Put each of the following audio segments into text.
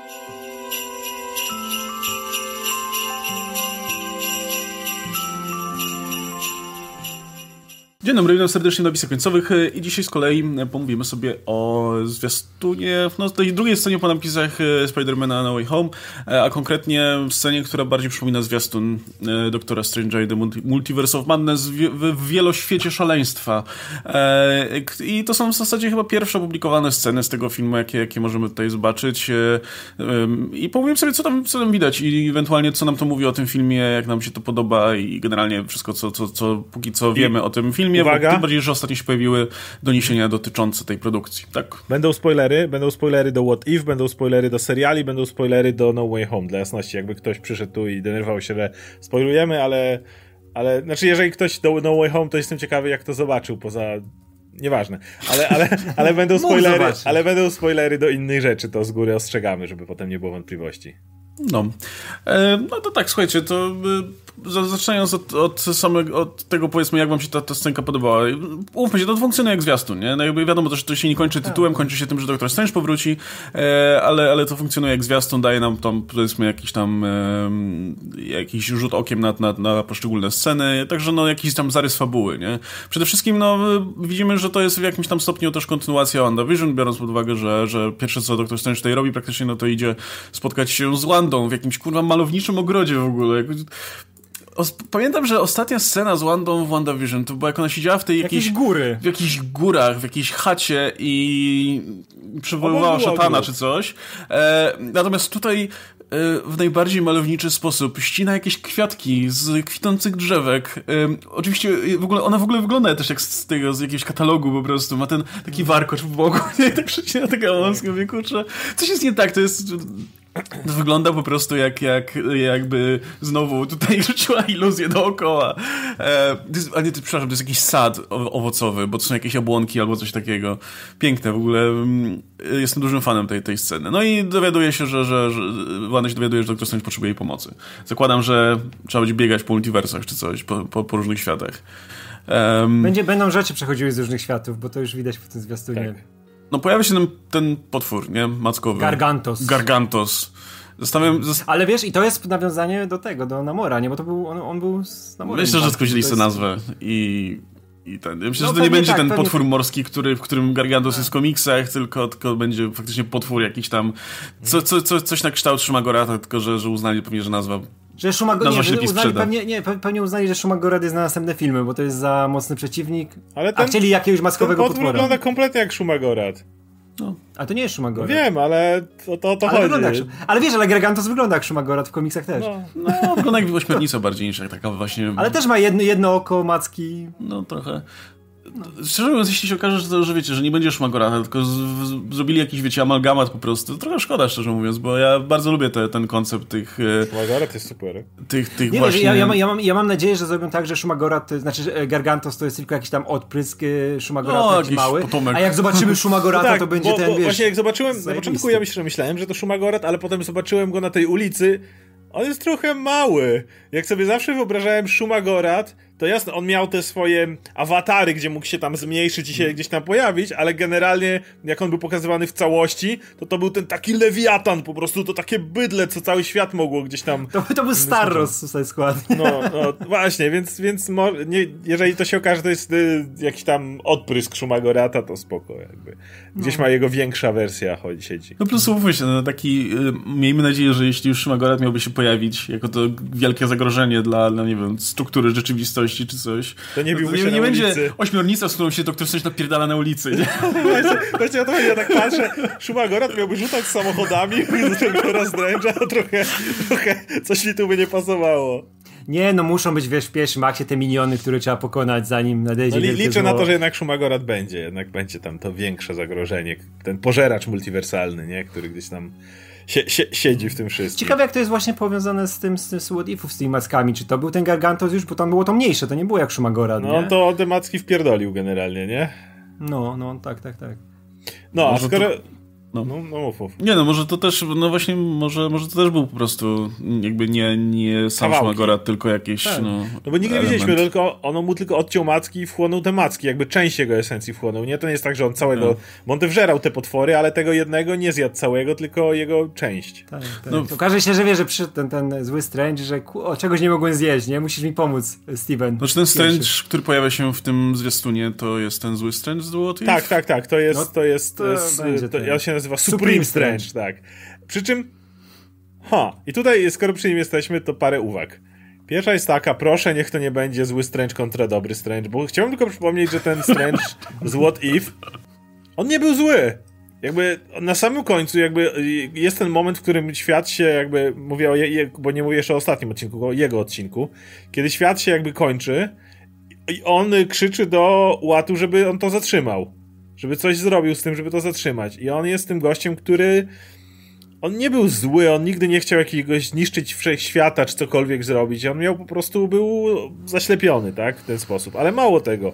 Dzień dobry, witam serdecznie na napisach końcowych i dzisiaj z kolei pomówimy sobie o zwiastunie, tej drugiej scenie po napisach Spider-Mana No Way Home, a konkretnie scenie, która bardziej przypomina zwiastun Doktora Strange'a i The Multiverse of Madness w wieloświecie szaleństwa. I to są w zasadzie chyba pierwsze opublikowane sceny z tego filmu, jakie możemy tutaj zobaczyć. I pomówimy sobie, co tam widać i ewentualnie co nam to mówi o tym filmie, jak nam się to podoba i generalnie wszystko, co póki co wiemy o tym filmie. Uwaga. Tym bardziej, że ostatnio się pojawiły doniesienia dotyczące tej produkcji. Tak. Będą spoilery do What If, będą spoilery do seriali, będą spoilery do No Way Home. Dla jasności, jakby ktoś przyszedł tu i denerwował się, że spoilujemy, ale znaczy, jeżeli ktoś do No Way Home, to jestem ciekawy, jak to zobaczył, poza... Nieważne. Ale będą spoilery do innych rzeczy, to z góry ostrzegamy, żeby potem nie było wątpliwości. No to tak, słuchajcie, to zaczynając od tego, powiedzmy, jak wam się ta scenka podobała. Umówmy się, to funkcjonuje jak zwiastun, nie? No jakby wiadomo, że to się nie kończy tytułem, kończy się tym, że Doktor Strange powróci, ale to funkcjonuje jak zwiastun, daje nam tam, powiedzmy, jakiś rzut okiem na poszczególne sceny, także no jakiś tam zarys fabuły, nie? Przede wszystkim, widzimy, że to jest w jakimś tam stopniu też kontynuacja WandaVision, biorąc pod uwagę, że pierwsze co Doktor Strange tutaj robi praktycznie, no to idzie spotkać się z Wandą w jakimś malowniczym ogrodzie w ogóle. Pamiętam, że ostatnia scena z Wandą w WandaVision to była, jak ona siedziała w tej jakiejś w jakichś górach, w jakiejś chacie i przywoływała szatana czy coś. Natomiast tutaj w najbardziej malowniczy sposób ścina jakieś kwiatki z kwitnących drzewek. Oczywiście ona w ogóle wygląda też jak z jakiegoś katalogu po prostu. Ma ten taki warkocz w boku. Nie, tak przycina taka wąska, mówię, kurczę, coś jest nie tak, to wygląda po prostu jakby znowu tutaj rzuciła iluzję dookoła. Przepraszam, to jest jakiś sad owocowy, bo to są jakieś jabłonki albo coś takiego. Piękne w ogóle. Jestem dużym fanem tej sceny. No i dowiaduje się, że Wanda się dowiaduje, że Doktor Strange potrzebuje jej pomocy. Zakładam, że trzeba będzie biegać po multiversach czy coś, po różnych światach. Będą rzeczy przechodziły z różnych światów, bo to już widać w tym zwiastunie. Tak. No pojawia się ten potwór, nie? Mackowy. Gargantos. Ale wiesz, i to jest nawiązanie do tego, do Namora, nie? Bo to był, on był z Namorem. Myślę, że skrócili sobie nazwę ja myślę, że to nie będzie ten potwór morski, w którym Gargantos jest w komiksach, tylko będzie faktycznie potwór jakiś tam, coś na kształt Shumagorata, tylko że uznali pewnie, że nazwa pewnie uznali, że Shumagorat jest na następne filmy, bo to jest za mocny przeciwnik, a chcieli jakiegoś maskowego potwora. Ten wygląda kompletnie jak Shumagorat. No. A to nie jest Shumagorat. Wiem, ale to chodzi. Ale wiesz, ale Gargantos wygląda jak Shumagorat w komiksach też. No wygląda jak ośmiornica bardziej niż jak taka właśnie... Ale też ma jedno oko, macki. No trochę... Szczerze mówiąc, jeśli się okaże, że wiecie, że nie będzie Shumagorata, tylko zrobili jakiś, wiecie, amalgamat po prostu, to trochę szkoda, szczerze mówiąc, bo ja bardzo lubię ten koncept tych... Shumagorat jest super. Tych nie, właśnie... Ja mam nadzieję, że zrobią tak, że Shumagorat, że Gargantos to jest tylko jakiś tam odprysk Shumagorata, jakiś mały, potomek. A jak zobaczymy Shumagorata, tak, to będzie ten, wiesz... Właśnie jak zobaczyłem, na początku ja myślałem, że to Shumagorat, ale potem zobaczyłem go na tej ulicy. On jest trochę mały. Jak sobie zawsze wyobrażałem Shumagorat, to jasne, on miał te swoje awatary, gdzie mógł się tam zmniejszyć i się gdzieś tam pojawić, ale generalnie, jak on był pokazywany w całości, to był ten taki lewiatan po prostu, to takie bydle, co cały świat mogło gdzieś tam... To był Starros Suicide Squad. No właśnie, więc jeżeli to się okaże, to jest jakiś tam odprysk Shumagorata, to spoko jakby. Gdzieś ma jego większa wersja siedzi. No plus umówmy się, miejmy nadzieję, że jeśli już Shumagorat miałby się pojawić jako to wielkie zagrożenie dla nie wiem, struktury rzeczywistości czy coś, to nie biłby się nie na będzie ulicy. Ośmiornica, z którą się Doktor Strange napierdala na ulicy. Nie? Właśnie o to chodzi, ja tak patrzę, Shumagorat miałby rzucać samochodami do Doktora Strange'a, to trochę coś mi tu by nie pasowało. Nie, muszą być, wiesz, w pierwszym akcie te miniony, które trzeba pokonać, zanim nadejdzie liczę na to, że jednak Shumagorat jednak będzie tam to większe zagrożenie, ten pożeracz multiwersalny, nie? Który gdzieś tam siedzi w tym wszystkim. Ciekawe, jak to jest właśnie powiązane z tym What Ifów, z tymi mackami. Czy to był ten Gargantos już, bo tam było to mniejsze, to nie było jak Shumagorat, nie? To te macki wpierdolił generalnie, nie? No, tak. No, a skoro... No, Nie, no może to też, no właśnie, może to też był po prostu jakby nie sam Shumagorat, tylko jakieś, tak. No bo nigdy nie wiedzieliśmy, tylko ono mu tylko odciął macki i wchłonął te macki, jakby część jego esencji wchłonął, nie? To nie jest tak, że on całego, bo on te wżerał te potwory, ale tego jednego nie zjadł całego, tylko jego część. Tak. No. Okaże się, że wie, że przyszedł ten zły Strange, że czegoś nie mogłem zjeść, nie? Musisz mi pomóc, Steven. Znaczy ten Strange, który pojawia się w tym zwiastunie, to jest ten zły Strange z What If? Tak, to się nazywa Supreme Strange, tak. Przy czym i tutaj, skoro przy nim jesteśmy, to parę uwag. Pierwsza jest taka, proszę, niech to nie będzie zły Strange kontra dobry Strange, bo chciałbym tylko przypomnieć, że ten Strange z What If, on nie był zły. Jakby na samym końcu jakby jest ten moment, w którym świat się jakby, mówię bo nie mówię jeszcze o ostatnim odcinku, o jego odcinku, kiedy świat się jakby kończy i on krzyczy do Uatu, żeby on to zatrzymał. Żeby coś zrobił z tym, żeby to zatrzymać. I on jest tym gościem, który... On nie był zły, on nigdy nie chciał jakiegoś zniszczyć wszechświata, czy cokolwiek zrobić. On miał po prostu... był zaślepiony, tak? W ten sposób. Ale mało tego.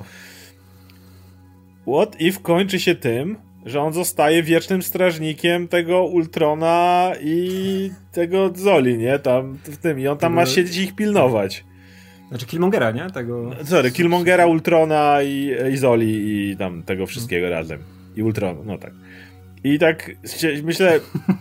What If kończy się tym, że on zostaje wiecznym strażnikiem tego Ultrona i tego Zoli, nie? Tam w tym. I on tam ma siedzieć i ich pilnować. Znaczy Killmongera, nie? Killmongera, Ultrona i Zoli i tam tego wszystkiego razem. I Ultrona, no tak. I tak myślę...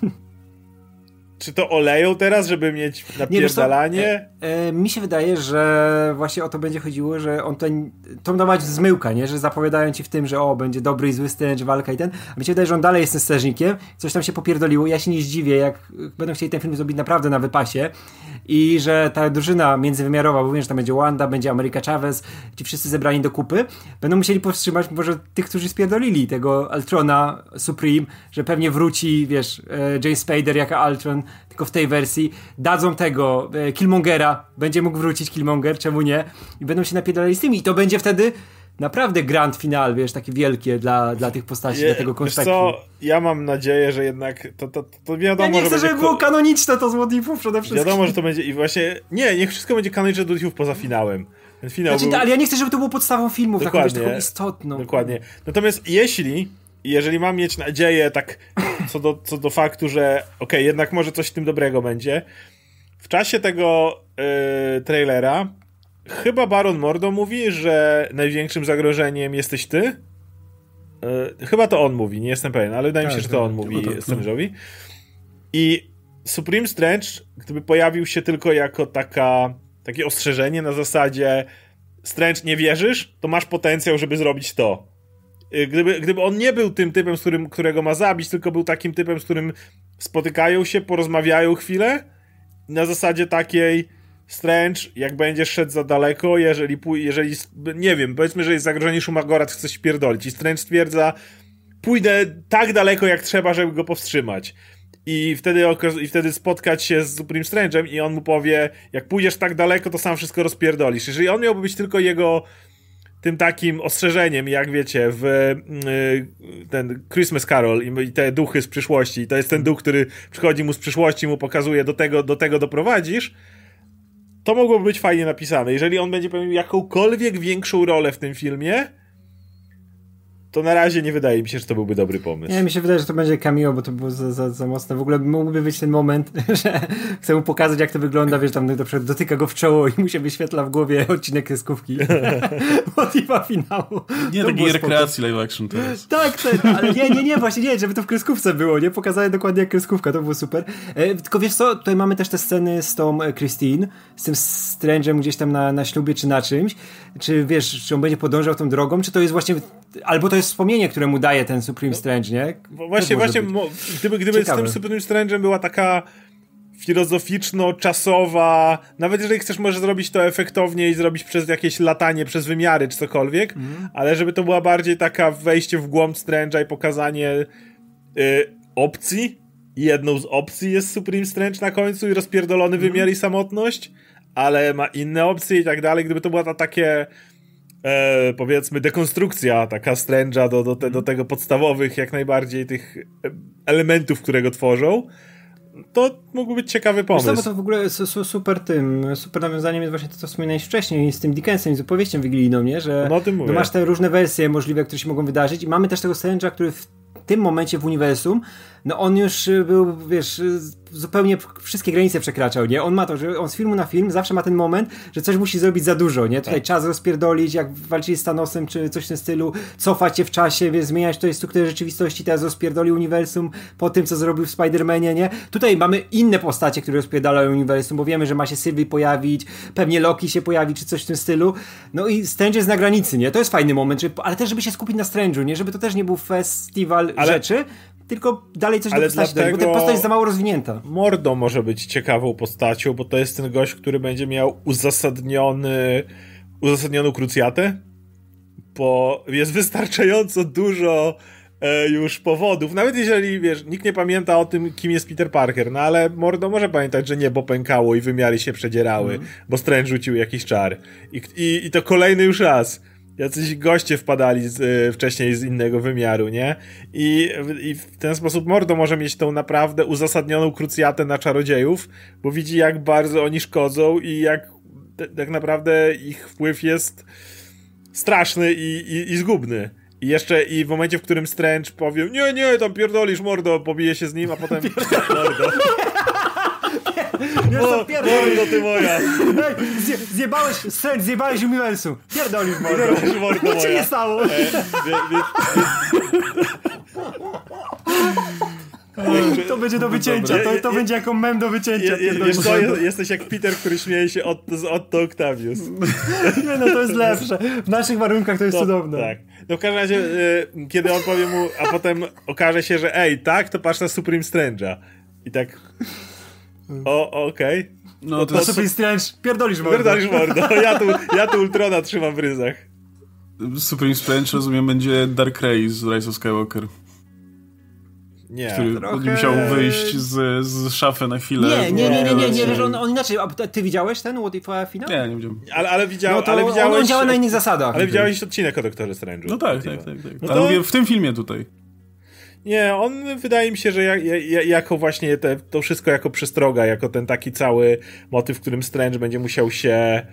Czy to oleją teraz, żeby mieć napierdalanie? Mi się wydaje, że właśnie o to będzie chodziło, że on to ma być zmyłka, nie? Że zapowiadają ci w tym, że będzie dobry i zły Strange, walka i ten. A mi się wydaje, że on dalej jest tym strażnikiem, coś tam się popierdoliło. Ja się nie zdziwię, jak będą chcieli ten film zrobić naprawdę na wypasie i że ta drużyna międzywymiarowa, bo wiem, że tam będzie Wanda, będzie America Chavez, ci wszyscy zebrani do kupy, będą musieli powstrzymać może tych, którzy spierdolili tego Ultrona Supreme, że pewnie wróci, wiesz, James Spader jako Ultron, tylko w tej wersji. Dadzą tego Killmongera, będzie mógł wrócić Killmonger, czemu nie? I będą się napierdalali z tymi i to będzie wtedy naprawdę grand final, wiesz, takie wielkie dla tych postaci, dla tego konspektu. Co, ja mam nadzieję, że jednak to wiadomo, ja nie chcę, żeby było kanoniczne to z What Ifów przede wszystkim. Wiadomo, że to będzie i właśnie, niech wszystko będzie kanoniczne z What Ifów poza finałem. Ten finał był... Ale ja nie chcę, żeby to było podstawą filmów, taką istotną. Dokładnie. Natomiast jeżeli mam mieć nadzieję tak co do faktu, że jednak może coś w tym dobrego będzie, w czasie tego trailera chyba Baron Mordo mówi, że największym zagrożeniem jesteś ty. Chyba to on mówi, nie jestem pewien, ale wydaje mi się, że to on mówi Strange'owi. I Supreme Strange, gdyby pojawił się tylko jako takie ostrzeżenie na zasadzie Strange, nie wierzysz, to masz potencjał, żeby zrobić to. Gdyby on nie był tym typem, którego ma zabić, tylko był takim typem, z którym spotykają się, porozmawiają chwilę, na zasadzie takiej Strange, jak będziesz szedł za daleko, jeżeli nie wiem, powiedzmy, że jest zagrożenie, Shumagorat chce się pierdolić i Strange stwierdza, pójdę tak daleko jak trzeba, żeby go powstrzymać. I wtedy spotkać się z Supreme Strange'em i on mu powie, jak pójdziesz tak daleko, to sam wszystko rozpierdolisz. Jeżeli on miałby być tylko jego tym takim ostrzeżeniem, jak wiecie, w ten Christmas Carol i te duchy z przyszłości, i to jest ten duch, który przychodzi mu z przyszłości, mu pokazuje, do tego doprowadzisz, to mogłoby być fajnie napisane. Jeżeli on będzie pełnił jakąkolwiek większą rolę w tym filmie, to na razie nie wydaje mi się, że to byłby dobry pomysł. Nie, mi się wydaje, że to będzie cameo, bo to było za mocne. W ogóle mógłby być ten moment, że chcę mu pokazać, jak to wygląda, wiesz, tam na przykład dotyka go w czoło i mu się wyświetla w głowie odcinek kreskówki. Motywa finału. Nie takiej rekreacji live action teraz. Tak, ale nie, właśnie nie, żeby to w kreskówce było, nie? Pokazałem dokładnie jak kreskówka, to było super. Tylko wiesz co, tutaj mamy też te sceny z tą Christine, z tym Strange'em gdzieś tam na ślubie czy na czymś. Czy wiesz, czy on będzie podążał tą drogą, czy to jest właśnie, albo to jest wspomnienie, które mu daje ten Supreme Strange, nie? Właśnie, gdyby z tym Supreme Strange'em była taka filozoficzno-czasowa, nawet jeżeli chcesz, możesz zrobić to efektownie i zrobić przez jakieś latanie, przez wymiary czy cokolwiek, ale żeby to była bardziej taka wejście w głąb Strange'a i pokazanie opcji. Jedną z opcji jest Supreme Strange na końcu i rozpierdolony wymiar i samotność, ale ma inne opcje i tak dalej. Gdyby to była takie powiedzmy dekonstrukcja taka Strange'a do tego podstawowych jak najbardziej tych elementów, które go tworzą, to mógłby być ciekawy pomysł. Wiesz co, bo to w ogóle super nawiązaniem jest właśnie to, co wspominałeś wcześniej z tym Dickensem i z opowieścią wigilijną, nie? Że no, masz te różne wersje możliwe, które się mogą wydarzyć i mamy też tego Strange'a, który tym momencie w uniwersum, no on już był, wiesz, zupełnie wszystkie granice przekraczał, nie? On ma to, że on z filmu na film zawsze ma ten moment, że coś musi zrobić za dużo, nie? Tutaj czas rozpierdolić, jak walczyli z Thanosem, czy coś w tym stylu, cofać się w czasie, więc zmieniać tutaj strukturę rzeczywistości, teraz rozpierdoli uniwersum po tym, co zrobił w Spider-Manie, nie? Tutaj mamy inne postacie, które rozpierdalają uniwersum, bo wiemy, że ma się Sylwii pojawić, pewnie Loki się pojawi, czy coś w tym stylu. No i Strange jest na granicy, nie? To jest fajny moment, ale też, żeby się skupić na Strange'u, nie? Żeby to też nie był festiwal rzeczy, tylko dalej coś do postaci dać, bo ta postać jest za mało rozwinięta. Mordo może być ciekawą postacią, bo to jest ten gość, który będzie miał uzasadnioną krucjatę, bo jest wystarczająco dużo już powodów, nawet jeżeli, wiesz, nikt nie pamięta o tym, kim jest Peter Parker, no ale Mordo może pamiętać, że niebo pękało i wymiary się przedzierały, bo Strange rzucił jakiś czar. I to kolejny już raz. Jacyś goście wpadali wcześniej z innego wymiaru, nie? I w ten sposób Mordo może mieć tą naprawdę uzasadnioną krucjatę na czarodziejów, bo widzi, jak bardzo oni szkodzą i jak tak naprawdę ich wpływ jest straszny i zgubny. I w momencie, w którym Strange powie, nie, tam pierdolisz, Mordo, pobije się z nim, a potem Mordo. Mordo, ty moja. Zjebałeś uniwersum. Pierdolisz, Mordo. Co ci nie stało? To będzie do wycięcia, to będzie jako mem do wycięcia. Wiesz co, jesteś jak Peter, który śmieje się od Otto Octavius. Nie, no to jest lepsze. W naszych warunkach to jest cudowne. Tak. No w każdym razie, kiedy on powie mu, a potem okaże się, że tak, to patrz na Supreme Strange'a. I tak... okej. No to Supreme Strange, pierdolisz, Mordo. Ja tu Ultrona trzymam w ryzach. Supreme Strange, rozumiem, będzie Dark Ray z Rise of Skywalker. Nie. Który trochę... musiał wyjść z szafy na chwilę. Nie, wiesz, on inaczej. A ty widziałeś ten What If finał? Nie widziałem. Ale widziałeś... On działa na innych zasadach. Ale widziałeś odcinek o Doktorze Strange'u. No tak. No ale mówię, w tym filmie tutaj. Nie, on wydaje mi się, że jako właśnie to wszystko jako przestroga, jako ten taki cały motyw, w którym Strange będzie musiał się,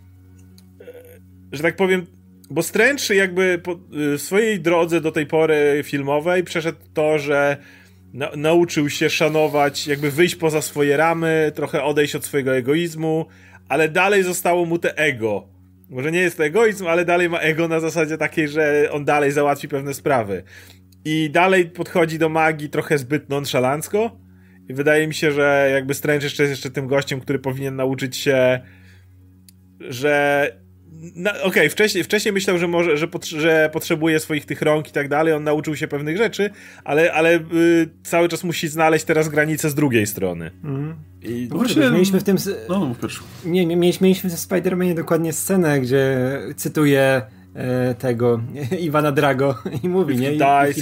że tak powiem, bo Strange jakby w swojej drodze do tej pory filmowej przeszedł to, że nauczył się szanować, jakby wyjść poza swoje ramy, trochę odejść od swojego egoizmu, ale dalej zostało mu te ego. Może nie jest to egoizm, ale dalej ma ego na zasadzie takiej, że on dalej załatwi pewne sprawy. I dalej podchodzi do magii trochę zbyt nonszalancko. I wydaje mi się, że jakby Strange jest jeszcze tym gościem, który powinien nauczyć się, że... Okej, wcześniej myślał, że potrzebuje swoich tych rąk i tak dalej, on nauczył się pewnych rzeczy, ale cały czas musi znaleźć teraz granicę z drugiej strony. I właśnie mieliśmy w tym... Mieliśmy w Spider-Manie dokładnie scenę, gdzie cytuję tego Iwana Drago i mówi, nie?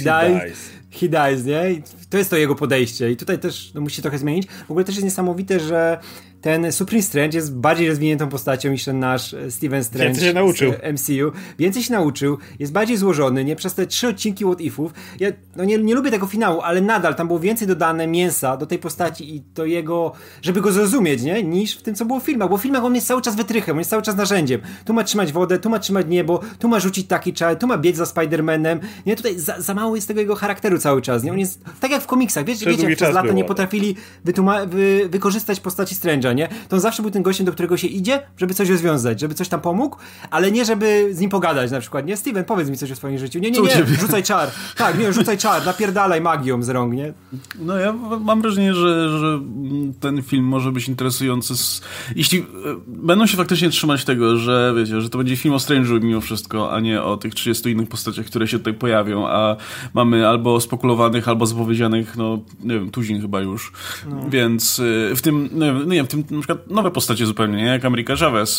He dies, nie? I to jest to jego podejście i tutaj też musi się trochę zmienić. W ogóle też jest niesamowite, że ten Supreme Strange jest bardziej rozwiniętą postacią niż ten nasz Steven Strange. Więcej się nauczył. Z MCU. Więcej się nauczył, jest bardziej złożony, nie? Przez te 3 odcinki What Ifów. Ja nie lubię tego finału, ale nadal tam było więcej dodane mięsa do tej postaci i do jego, żeby go zrozumieć, nie? Niż w tym, co było w filmach. Bo w filmach on jest cały czas wytrychem, on jest cały czas narzędziem. Tu ma trzymać wodę, tu ma trzymać niebo, tu ma rzucić taki czar, tu ma biec za Spider-Manem. Nie? Tutaj za mało jest tego jego charakteru cały czas, nie? On jest tak jak w komiksach, wiecie jak przez lata nie potrafili wykorzystać postaci Strange'a, nie? To on zawsze był tym gościem, do którego się idzie, żeby coś rozwiązać, żeby coś tam pomógł, ale nie żeby z nim pogadać na przykład, nie? Steven, powiedz mi coś o swoim życiu. Nie, rzucaj czar. Tak, nie, rzucaj czar, napierdalaj magią z rąk, nie? No ja mam wrażenie, że ten film może być interesujący jeśli będą się faktycznie trzymać tego, że wiecie, że to będzie film o Strange'u mimo wszystko, a nie o tych 30 innych postaciach, które się tutaj pojawią, a mamy albo spekulowanych, albo zapowiedzianych, no nie wiem, tuzin chyba już. No. Więc w tym, w tym na przykład nowe postacie zupełnie, nie? Jak America Chavez,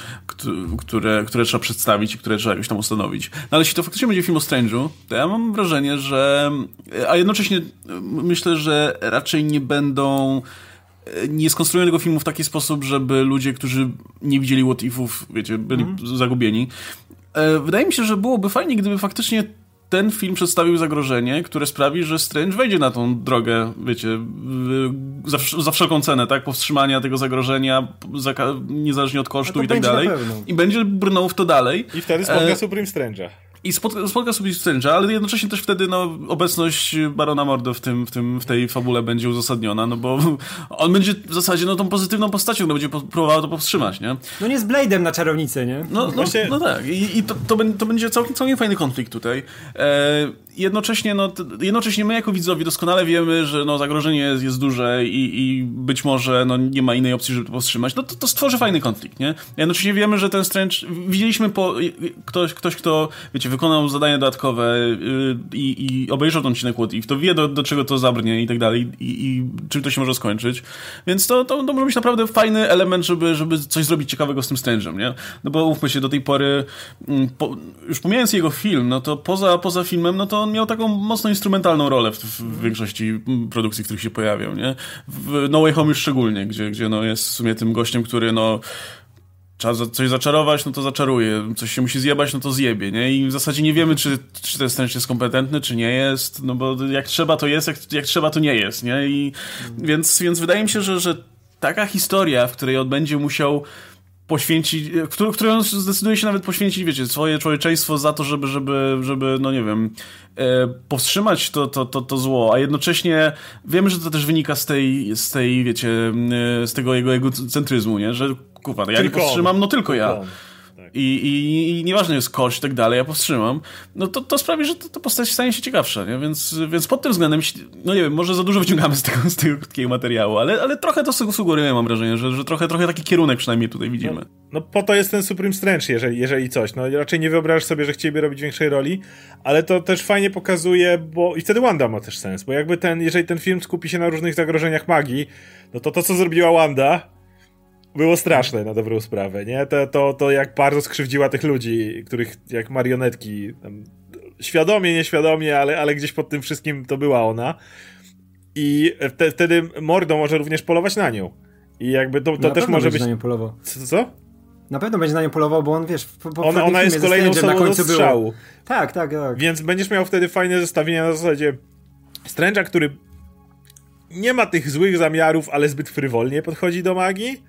które trzeba przedstawić i które trzeba jakoś tam ustanowić. No ale jeśli to faktycznie będzie film o Strange'u, to ja mam wrażenie, że a jednocześnie myślę, że raczej nie skonstruują tego filmu w taki sposób, żeby ludzie, którzy nie widzieli What Ifów, wiecie, byli zagubieni. Wydaje mi się, że byłoby fajnie, gdyby faktycznie ten film przedstawił zagrożenie, które sprawi, że Strange wejdzie na tą drogę, wiecie, za wszelką cenę, tak? Powstrzymania tego zagrożenia, niezależnie od kosztu i tak dalej. I będzie brnął w to dalej. I wtedy spotka Supreme Strange'a. i spotka sobie Strange'a, ale jednocześnie też wtedy obecność Barona Mordo w tej fabule będzie uzasadniona, no bo on będzie w zasadzie tą pozytywną postacią, będzie próbował to powstrzymać, nie? No nie z Blade'em na czarownicę, nie? No tak. I to będzie całkiem fajny konflikt tutaj. Jednocześnie my jako widzowie doskonale wiemy, że zagrożenie jest duże i być może nie ma innej opcji, żeby to powstrzymać. No to stworzy fajny konflikt, nie? Jednocześnie wiemy, że ten Strange... Widzieliśmy ktoś, kto, wiecie, wykonał zadania dodatkowe i obejrzał ten odcinek What If, to wie, do czego to zabrnie i tak dalej i czym to się może skończyć. Więc to może być naprawdę fajny element, żeby coś zrobić ciekawego z tym Strange'em, nie? No bo mówmy się, do tej pory już pomijając jego film, no to poza filmem, no to on miał taką mocno instrumentalną rolę w większości produkcji, w których się pojawiał, nie? W No Way Home już szczególnie, gdzie jest w sumie tym gościem, który trzeba coś zaczarować, no to zaczaruje. Coś się musi zjebać, no to zjebie, nie? I w zasadzie nie wiemy, czy ten Strange jest kompetentny, czy nie jest, no bo jak trzeba to jest, jak trzeba to nie jest, nie? Więc wydaje mi się, że taka historia, w której on będzie musiał poświęcić, której on zdecyduje się nawet poświęcić, wiecie, swoje człowieczeństwo za to, żeby no nie wiem, powstrzymać to zło, a jednocześnie wiemy, że to też wynika z tej wiecie, z tego jego egocentryzmu, nie? Że kurwa, ja nie powstrzymam, no tylko ja. I nieważne jest koszt i tak dalej, ja powstrzymam, no to sprawi, że to postać stanie się ciekawsza, nie? Więc pod tym względem, no nie wiem, może za dużo wyciągamy z tego krótkiego materiału, ale trochę to sugeruje, mam wrażenie, że trochę taki kierunek przynajmniej tutaj widzimy. No po to jest ten Supreme Strange, jeżeli coś. No raczej nie wyobrażasz sobie, że chcieliby robić większej roli, ale to też fajnie pokazuje, bo i wtedy Wanda ma też sens, bo jakby jeżeli ten film skupi się na różnych zagrożeniach magii, no to co zrobiła Wanda było straszne na dobrą sprawę, nie? To jak bardzo skrzywdziła tych ludzi, których jak marionetki, tam, świadomie, nieświadomie, ale gdzieś pod tym wszystkim to była ona. I wtedy Mordo może również polować na nią. I jakby to też może być... na nią polował. Co? Na pewno będzie na nią polował, bo on, wiesz... Ona jest kolejną osobą do strzału. Było... Tak. Więc będziesz miał wtedy fajne zestawienie na zasadzie Strange'a, który nie ma tych złych zamiarów, ale zbyt frywolnie podchodzi do magii.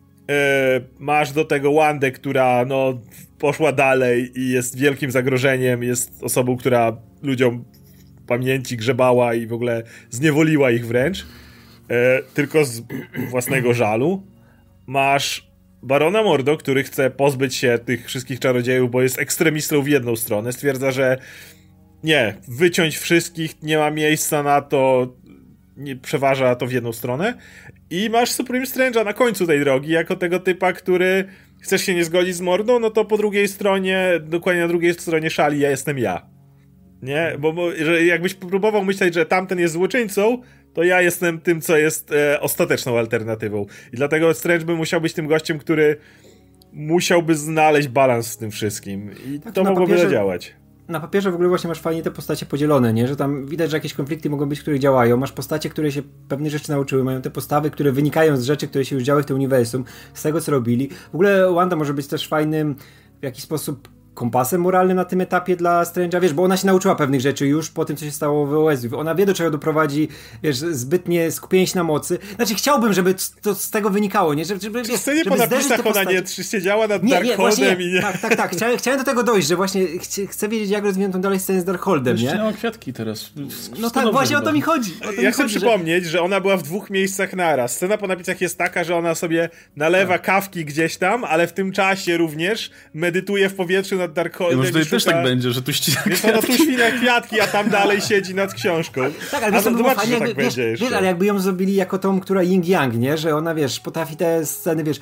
Masz do tego Wandę, która poszła dalej i jest wielkim zagrożeniem, jest osobą, która ludziom pamięci grzebała i w ogóle zniewoliła ich wręcz, tylko z własnego żalu. Masz Barona Mordo, który chce pozbyć się tych wszystkich czarodziejów, bo jest ekstremistą w jedną stronę, stwierdza, że nie, wyciąć wszystkich, nie ma miejsca na to, nie przeważa to w jedną stronę. I masz Supreme Strange'a na końcu tej drogi, jako tego typa, który chcesz się nie zgodzić z Mordą, no to po drugiej stronie, dokładnie na drugiej stronie szali ja jestem ja. Nie? Bo że jakbyś próbował myśleć, że tamten jest złoczyńcą, to ja jestem tym, co jest ostateczną alternatywą. I dlatego Strange by musiał być tym gościem, który musiałby znaleźć balans w tym wszystkim. I tak to mogłoby zadziałać. Na papierze w ogóle właśnie masz fajnie te postacie podzielone, nie? Że tam widać, że jakieś konflikty mogą być, które działają. Masz postacie, które się pewne rzeczy nauczyły, mają te postawy, które wynikają z rzeczy, które się już działy w tym uniwersum, z tego, co robili. W ogóle Wanda może być też fajnym w jakiś sposób kompasem moralnym na tym etapie dla Strange'a, wiesz, bo ona się nauczyła pewnych rzeczy już po tym, co się stało w OS. Ona wie, do czego doprowadzi, wiesz, zbytnie skupienie się na mocy. Znaczy, chciałbym, żeby to z tego wynikało, nie? Żeby po napisach ona nie siedziała nad Darkholdem i nie... Tak. Chciałem do tego dojść, że właśnie chcę wiedzieć, jak rozwinąć tą dalej scenę z Darkholdem, nie? Jeszcze kwiatki teraz. No tak, właśnie o to mi chodzi. Ja chcę przypomnieć, że ona była w 2 miejscach naraz. Scena po napisach jest taka, że ona sobie nalewa kawki gdzieś tam, ale w tym czasie również medytuje w powietrzu nad Darkholdem. Może też tak będzie, że tu ścina kwiatki. Więc ona tu świnia kwiatki, a tam dalej siedzi nad książką. Tak, ale to było fajnie, tak wiesz, ale jakby ją zrobili jako tą, która yin-yang, nie? Że ona, wiesz, potrafi te sceny, wiesz,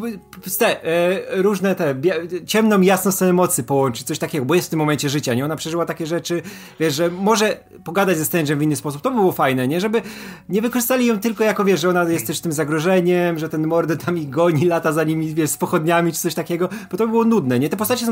różne ciemną i jasną scenę mocy połączyć, coś takiego, bo jest w tym momencie życia, nie? Ona przeżyła takie rzeczy, wiesz, że może pogadać ze Strange'em w inny sposób. To było fajne, nie? Żeby nie wykorzystali ją tylko jako, wiesz, że ona jest też tym zagrożeniem, że ten Mordo tam ich goni, lata za nimi, wiesz, z pochodniami czy coś takiego, bo to było nudne, nie? Te postacie są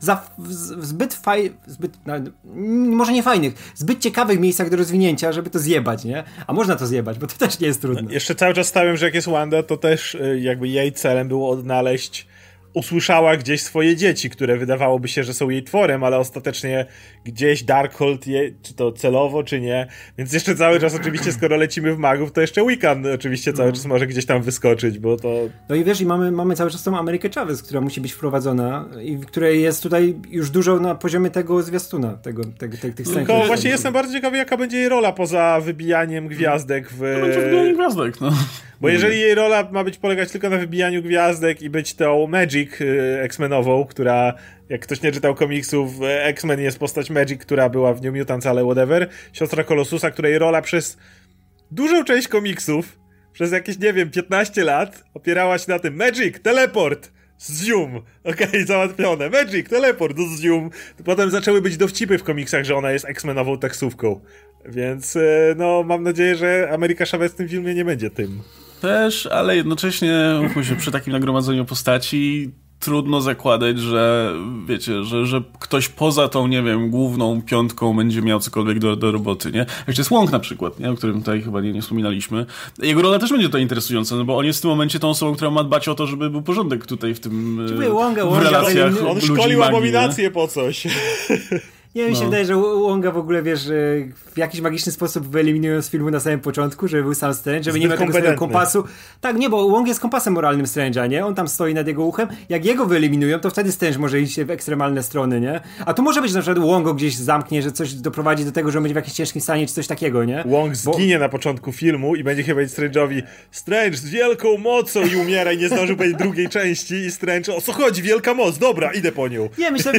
może nie fajnych, zbyt ciekawych miejscach do rozwinięcia, żeby to zjebać, nie? A można to zjebać, bo to też nie jest trudne. Jeszcze cały czas stawiam, że jak jest Wanda, to też jakby jej celem było odnaleźć usłyszała gdzieś swoje dzieci, które wydawałoby się, że są jej tworem, ale ostatecznie gdzieś Darkhold czy to celowo, czy nie. Więc jeszcze cały czas oczywiście, skoro lecimy w magów, to jeszcze Wiccan oczywiście cały czas może gdzieś tam wyskoczyć, bo to... No i wiesz, i mamy cały czas tą Amerykę Chavez, która musi być wprowadzona i której jest tutaj już dużo na poziomie tego zwiastuna, tych scen. Tylko właśnie jestem bardzo ciekawy, jaka będzie jej rola poza wybijaniem gwiazdek w... To będzie wybijanie gwiazdek, no. Bo jeżeli jej rola ma polegać tylko na wybijaniu gwiazdek i być tą Magic X-Menową, która, jak ktoś nie czytał komiksów, X-Men jest postać Magic, która była w New Mutants, ale whatever, siostra Colossusa, której rola przez dużą część komiksów, przez jakieś, nie wiem, 15 lat opierała się na tym Magic, teleport, zzium, okej, załatwione, Magic, teleport, zzium. Potem zaczęły być dowcipy w komiksach, że ona jest X-Menową taksówką. Więc, no, mam nadzieję, że Ameryka Chavez w tym filmie nie będzie tym. Też, ale jednocześnie przy takim nagromadzeniu postaci trudno zakładać, że wiecie, że ktoś poza tą, nie wiem, główną piątką będzie miał cokolwiek do roboty, nie? Jeszcze jest Wong na przykład, nie? O którym tutaj chyba nie wspominaliśmy. Jego rola też będzie tutaj interesująca, no bo on jest w tym momencie tą osobą, która ma dbać o to, żeby był porządek tutaj w tym w relacjach on ludzi szkolił magii, abominację po coś. Nie, mi się wydaje, że Wonga w ogóle, wiesz, w jakiś magiczny sposób wyeliminują z filmu na samym początku, żeby był sam Strange, żeby nie miał tego swojego kompasu. Tak, nie, bo Wong jest kompasem moralnym Strange'a, nie? On tam stoi nad jego uchem. Jak jego wyeliminują, to wtedy Strange może iść w ekstremalne strony, nie? A tu może być, że na przykład Wong go gdzieś zamknie, że coś doprowadzi do tego, że on będzie w jakimś ciężkim stanie, czy coś takiego, nie? Wong zginie na początku filmu i będzie chyba powiedzieć Strange'owi: Strange z wielką mocą, i umiera i nie zdążył powiedzieć drugiej części i Strange: o co chodzi? Wielka moc, dobra, idę po nią. Nie, myślę,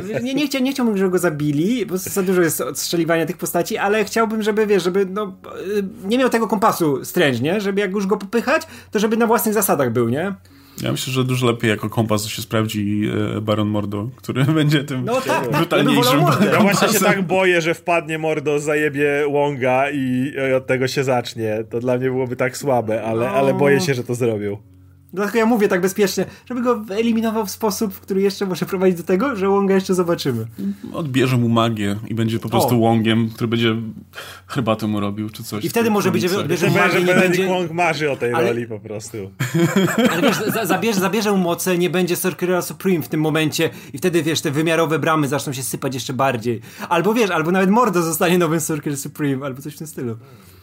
nie chciałbym, żeby go zabili, bo za dużo jest odstrzeliwania tych postaci, ale chciałbym, żeby, wiesz, żeby no, nie miał tego kompasu Strange, nie? Żeby jak już go popychać, to żeby na własnych zasadach był, nie? Ja myślę, że dużo lepiej jako kompas się sprawdzi Baron Mordo, który będzie tym brutalniejszym. Ja właśnie się tak boję, że wpadnie Mordo, zajebie Wonga i od tego się zacznie. To dla mnie byłoby tak słabe, ale boję się, że to zrobią. Dlatego ja mówię tak bezpiecznie, żeby go wyeliminował w sposób, który jeszcze może prowadzić do tego, że Wonga jeszcze zobaczymy. Odbierze mu magię i będzie po prostu Wongiem, który będzie herbatę mu robił, czy coś. I wtedy może być, że odbierze mu magię, nie będzie... Wong marzy o tej roli po prostu. Ale wiesz, zabierze mu moce, nie będzie Sorcerera Supreme w tym momencie i wtedy, wiesz, te wymiarowe bramy zaczną się sypać jeszcze bardziej. Albo wiesz, albo nawet Mordo zostanie nowym Sorcerer Supreme, albo coś w tym stylu.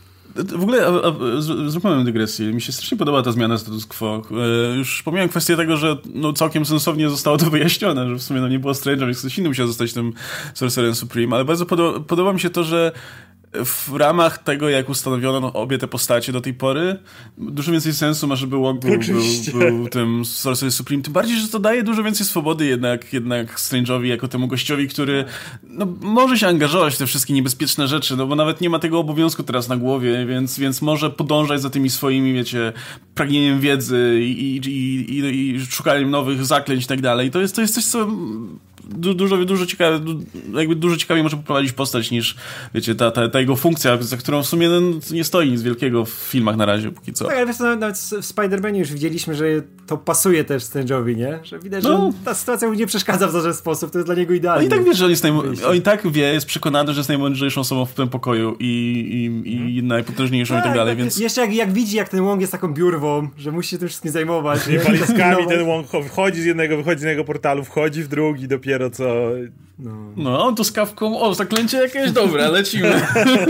W ogóle zróbmy dygresję. Mi się strasznie podoba ta zmiana status quo. Już pomijam kwestię tego, że no, całkiem sensownie zostało to wyjaśnione, że w sumie no, nie było Strange'a, więc ktoś inny musiał zostać tym Sorcererem Supreme, ale bardzo podoba mi się to, że w ramach tego, jak ustanowiono obie te postacie do tej pory, dużo więcej sensu ma, żeby Wong był tym Sorcerer Supreme. Tym bardziej, że to daje dużo więcej swobody jednak Strange'owi jako temu gościowi, który no, może się angażować w te wszystkie niebezpieczne rzeczy, no bo nawet nie ma tego obowiązku teraz na głowie, więc może podążać za tymi swoimi, wiecie, pragnieniem wiedzy i szukaniem nowych zaklęć i tak dalej. I to jest coś, co dużo ciekawiej może poprowadzić postać niż, wiecie, ta jego funkcja, za którą w sumie nie stoi nic wielkiego w filmach na razie, póki co. Tak, ale wiesz, nawet w Spider-Manie już widzieliśmy, że to pasuje też Strange'owi, nie? Że widać, że ta sytuacja mu nie przeszkadza w żaden sposób, to jest dla niego idealne. On i tak wie, że on i tak wie, jest przekonany, że jest najmądrzejszą osobą w tym pokoju i najpotężniejszą i tak dalej, więc... Jeszcze jak widzi, jak ten Wong jest taką biurwą, że musi się tym wszystkim zajmować. I walizkami ten Wong wchodzi z jednego, wychodzi z jednego portalu, wchodzi w drugi, dopiero co... No, on tu z kawką, zaklęcie jakieś, dobra, lecimy.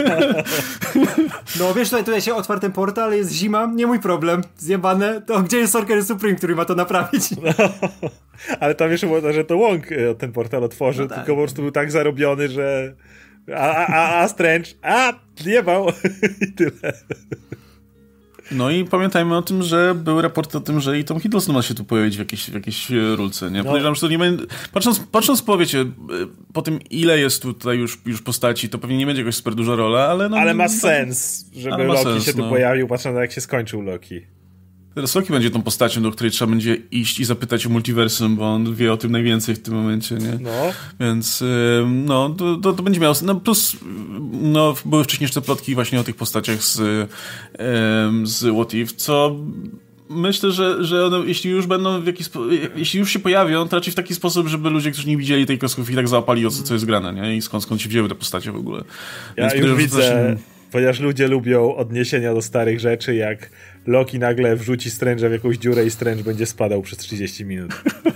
No wiesz, tutaj się otwarł ten portal, jest zima, nie mój problem, zjebane, to gdzie jest Sorcerer Supreme, który ma to naprawić? No. Ale tam jeszcze było to, że to Wong ten portal otworzył, tak. tylko po prostu był tak zarobiony, że a Strange, zjebał i tyle. No i pamiętajmy o tym, że były raporty o tym, że i Tom Hiddleston ma się tu pojawić w jakiejś rulce, nie? Podejrzewam, że to nie będzie... Patrząc po, wiecie, po tym, ile jest tutaj już postaci, to pewnie nie będzie jakoś super duża rola, ale... No, ale ma sens, żeby Loki się tu pojawił, patrząc na jak się skończył Loki. Teraz Loki będzie tą postacią, do której trzeba będzie iść i zapytać o multiversum, bo on wie o tym najwięcej w tym momencie, nie? No. Więc no, to będzie miało... No plus no, były wcześniej jeszcze plotki właśnie o tych postaciach z What If, co... Myślę, że one, jeśli już się pojawią, to raczej w taki sposób, żeby ludzie, którzy nie widzieli tej kreskówki, tak załapali o co jest grane, nie? I skąd się wzięły te postacie w ogóle. Ja już widzę... Ponieważ ludzie lubią odniesienia do starych rzeczy, jak Loki nagle wrzuci Strange'a w jakąś dziurę i Strange będzie spadał przez 30 minut.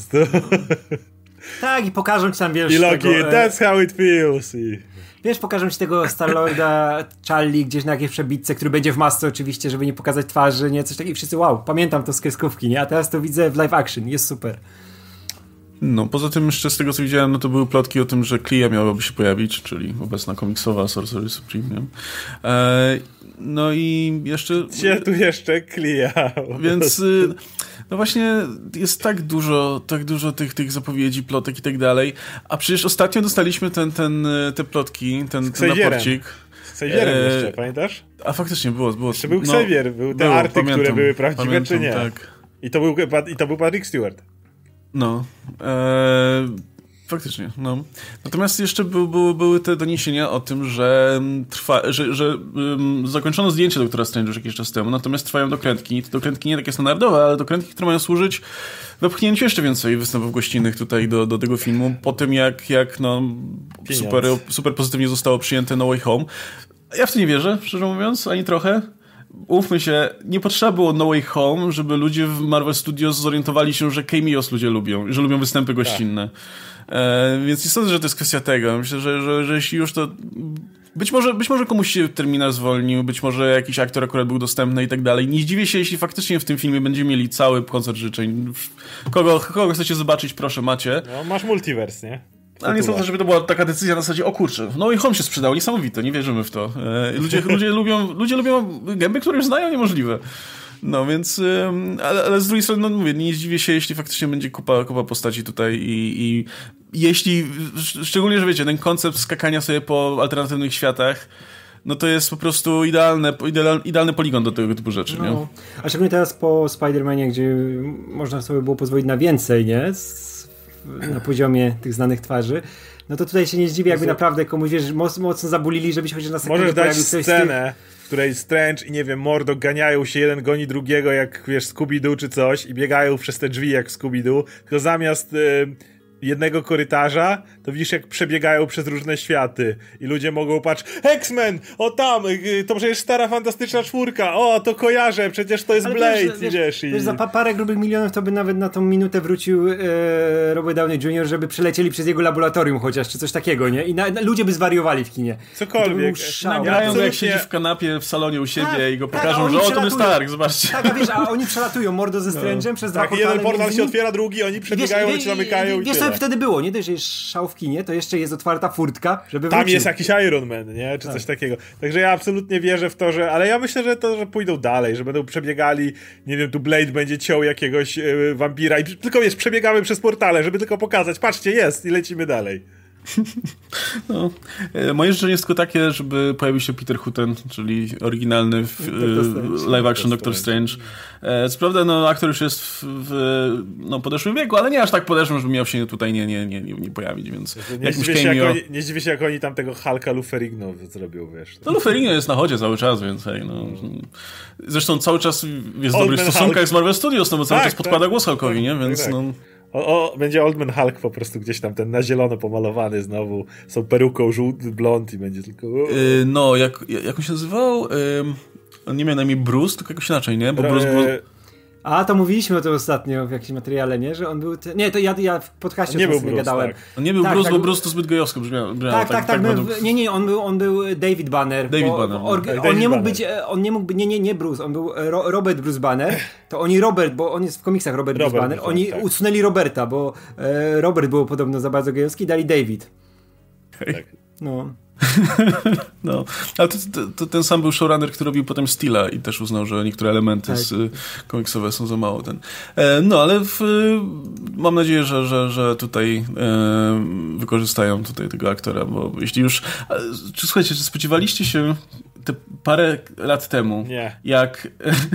prostu. Tak, i pokażą ci tam, wiesz... I Loki, tego, that's how it feels. Wiesz, pokażą ci tego Star-Lorda Charlie gdzieś na jakiejś przebitce, który będzie w masce oczywiście, żeby nie pokazać twarzy, nie? Coś takiego. Wszyscy, wow, pamiętam to z kreskówki, nie? A teraz to widzę w live action, jest super. No, poza tym jeszcze z tego, co widziałem, no to były plotki o tym, że Clea miałaby się pojawić, czyli obecna komiksowa Sorcerer Supreme, nie? No i jeszcze... Gdzie tu jeszcze Clea? Więc... No właśnie jest tak dużo tych zapowiedzi, plotek i tak dalej. A przecież ostatnio dostaliśmy te plotki, ten raporcik. Z Xavierem jeszcze, pamiętasz? A faktycznie było. Jeszcze był Xavier, były te arty, które były prawdziwe, czy nie? Tak. I to był Patrick Stewart. No. Faktycznie, no. Natomiast jeszcze były te doniesienia o tym, że zakończono zdjęcie Doktora Strange'a już jakiś czas temu, natomiast trwają dokrętki. Te dokrętki nie takie standardowe, ale dokrętki, które mają służyć wepchnięciu jeszcze więcej występów gościnnych tutaj do tego filmu, po tym jak super pozytywnie zostało przyjęte No Way Home. Ja w to nie wierzę, szczerze mówiąc, ani trochę. Umówmy się, nie potrzeba było No Way Home, żeby ludzie w Marvel Studios zorientowali się, że cameos ludzie lubią, że lubią występy gościnne. Więc nie sądzę, że to jest kwestia tego. Myślę, że jeśli już to... Być może komuś się terminal zwolnił, być może jakiś aktor akurat był dostępny i tak dalej. Nie zdziwię się, jeśli faktycznie w tym filmie będziemy mieli cały koncert życzeń. Kogo chcecie zobaczyć, proszę, macie. No, masz multiverse, nie? Ale nie sądzę, żeby to była taka decyzja na zasadzie, o kurczę, No i Home się sprzedał, niesamowite, nie wierzymy w to. Ludzie lubią gęby, które już znają, niemożliwe. No więc, ale z drugiej strony, no mówię, nie zdziwię się, jeśli faktycznie będzie kupa postaci tutaj i jeśli, szczególnie, że wiecie, ten koncept skakania sobie po alternatywnych światach, no to jest po prostu idealny poligon do tego typu rzeczy, nie? No. A szczególnie teraz po Spider-Manie, gdzie można sobie było pozwolić na więcej, nie? Na poziomie tych znanych twarzy. No to tutaj się nie zdziwię, jakby naprawdę komuś, wiesz, mocno zabulili, żebyś chociaż na sekundę możesz dać pojawił ktoś scenę, w której Strange i nie wiem, Mordok ganiają się, jeden goni drugiego jak, wiesz, Scooby-Doo czy coś i biegają przez te drzwi jak Scooby-Doo, tylko zamiast jednego korytarza, to widzisz, jak przebiegają przez różne światy i ludzie mogą patrzeć, X-Men, o tam, to przecież stara fantastyczna czwórka, o, to kojarzę, przecież to jest ale Blade, wiesz, za parę grubych milionów to by nawet na tą minutę wrócił Robert Downey Jr., żeby przelecieli przez jego laboratorium chociaż, czy coś takiego, nie? I ludzie by zwariowali w kinie. Cokolwiek. Nagrają go, jak siedzi w kanapie w salonie u siebie i go pokażą, że o, to jest Stark, zobaczcie. Tak, a wiesz, a oni przelatują Mordo ze Strange'em przez dwa portale. Jeden portal się otwiera, drugi, oni przebiegają i się zamykają i wiesz, co wtedy było, nie? To, że jest szał w kinie, to jeszcze jest otwarta furtka, żeby tam wrócił. jest jakiś Iron Man, nie? Czy coś takiego. Także ja absolutnie wierzę w to, że... Ale ja myślę, że pójdą dalej, że będą przebiegali, nie wiem, tu Blade będzie ciął jakiegoś wampira i tylko, wiesz, przebiegamy przez portale, żeby tylko pokazać, patrzcie, jest i lecimy dalej. No. Moje życzenie jest tylko takie, żeby pojawił się Peter Hutton, czyli oryginalny live action Doctor Strange. Co prawda, no, aktor już jest w podeszłym wieku, ale nie aż tak podeszłym, żeby miał się tutaj nie pojawić, więc nie zdziwię się, jak oni tam tego Hulka Luferigno zrobią, wiesz. No Luferigno jest na chodzie cały czas, więc hej, no. Zresztą cały czas jest w dobrych stosunkach z Marvel Studios, no bo cały czas podkłada głos Hulkowi, nie? Więc tak. no... Będzie Old Man Hulk po prostu gdzieś tam, ten na zielono pomalowany znowu, z tą peruką żółty, blond i będzie tylko... No, jak on się nazywał? On nie miał na imię Bruce, tylko jakoś inaczej, nie? Bo Bruce był... A, to mówiliśmy o tym ostatnio w jakimś materiale, nie? Że on był... Nie, to ja w podcaście nie był Bruce, gadałem. Tak. On nie był Bruce, bo Bruce to zbyt gejowsko brzmiało. Tak. Nie, on był David Banner. On nie mógł być, nie Bruce, on był Robert Bruce Banner. To oni Robert, bo on jest w komiksach Robert Bruce Banner. Oni usunęli Roberta, bo Robert był podobno za bardzo gejowski i dali David. Tak. No. No, ale to ten sam był showrunner, który robił potem Steela i też uznał, że niektóre elementy komiksowe są za mało. No, ale mam nadzieję, że tutaj wykorzystają tutaj tego aktora, bo jeśli już... Słuchajcie, czy spodziewaliście się te parę lat temu, jak